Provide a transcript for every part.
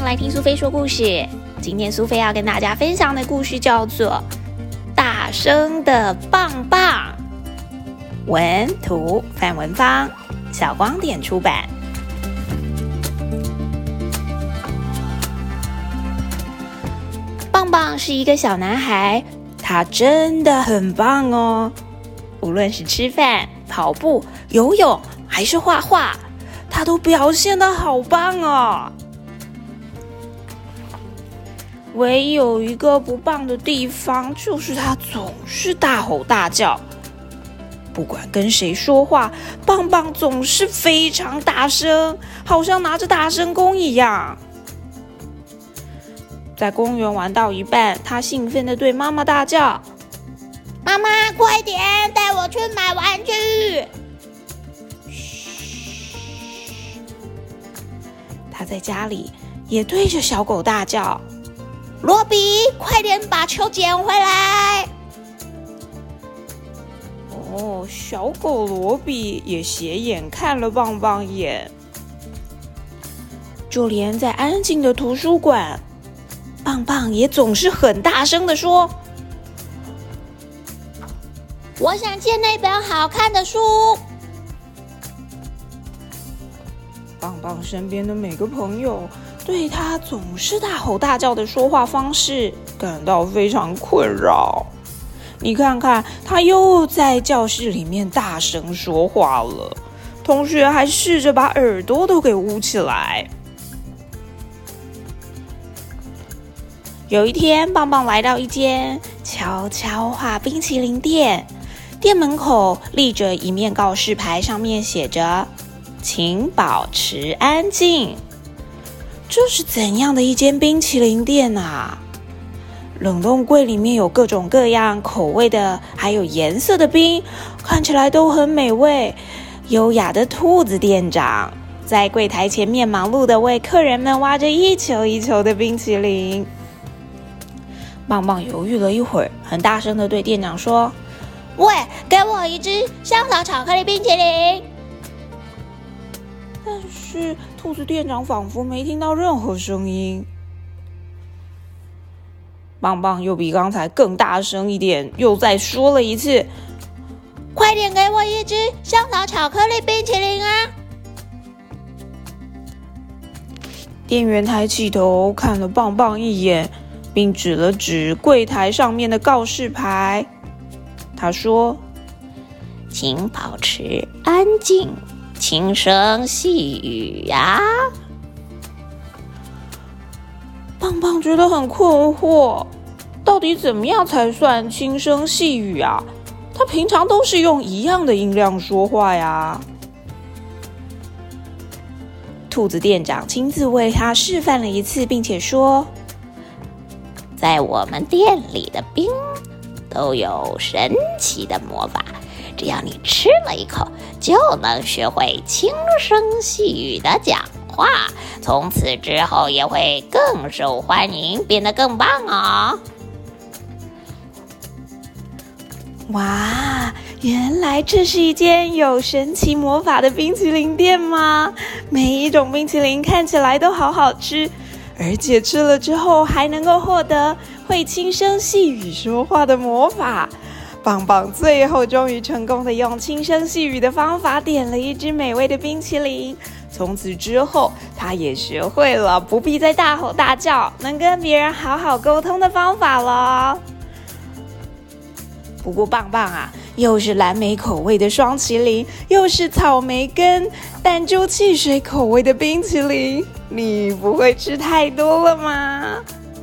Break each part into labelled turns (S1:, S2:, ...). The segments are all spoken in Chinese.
S1: 来听苏菲说故事。今天苏菲要跟大家分享的故事叫做《大声的棒棒》，文图范文芳，小光点出版。棒棒是一个小男孩，他真的很棒哦。无论是吃饭、跑步、游泳还是画画，他都表现得好棒哦。唯有一个不棒的地方，就是他总是大吼大叫。不管跟谁说话，棒棒总是非常大声，好像拿着大声公一样。在公园玩到一半，他兴奋地对妈妈大叫：“妈妈，快点带我去买玩具！”嘘！他在家里也对着小狗大叫：“罗比，快点把球捡回来！”哦，小狗罗比也斜眼看了棒棒一眼。就连在安静的图书馆，棒棒也总是很大声地说：“我想借那本好看的书。”棒棒身边的每个朋友对他总是大吼大叫的说话方式感到非常困扰。你看看，他又在教室里面大声说话了，同学还试着把耳朵都给捂起来。有一天，棒棒来到一间悄悄话冰淇淋店，店门口立着一面告示牌，上面写着：“请保持安静。”这是怎样的一间冰淇淋店啊？冷冻柜里面有各种各样口味的，还有颜色的冰，看起来都很美味。优雅的兔子店长在柜台前面忙碌地为客人们挖着一球一球的冰淇淋。棒棒犹豫了一会儿，很大声地对店长说：“喂，给我一只香草巧克力冰淇淋！”但是兔子店长仿佛没听到任何声音。棒棒又比刚才更大声一点，又再说了一次：“快点给我一只香草巧克力冰淇淋啊！”店员抬起头看了棒棒一眼，并指了指柜台上面的告示牌。他说：“请保持安静，轻声细语呀。”棒棒觉得很困惑，到底怎么样才算轻声细语啊？他平常都是用一样的音量说话呀。兔子店长亲自为他示范了一次，并且说：“在我们店里的冰都有神奇的魔法，只要你吃了一口，就能学会轻声细语的讲话，从此之后也会更受欢迎，变得更棒哦。”哇，原来这是一间有神奇魔法的冰淇淋店吗？每一种冰淇淋看起来都好好吃，而且吃了之后还能够获得会轻声细语说话的魔法。棒棒最后终于成功的用轻声细语的方法点了一只美味的冰淇淋。从此之后，他也学会了不必再大吼大叫，能跟别人好好沟通的方法了。不过棒棒啊，又是蓝莓口味的双淇淋，又是草莓跟弹珠汽水口味的冰淇淋，你不会吃太多了吗？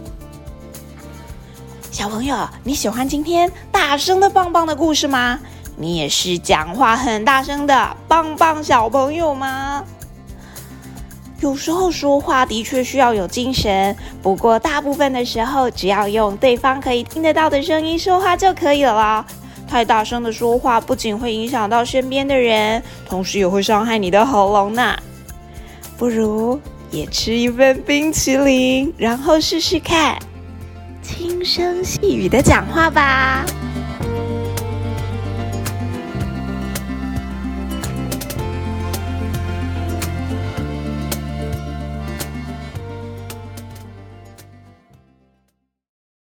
S1: 小朋友，你喜欢今天大声的棒棒的故事吗？你也是讲话很大声的棒棒小朋友吗？有时候说话的确需要有精神，不过大部分的时候，只要用对方可以听得到的声音说话就可以了。太大声的说话不仅会影响到身边的人，同时也会伤害你的喉咙呢。不如也吃一份冰淇淋，然后试试看轻声细语的讲话吧。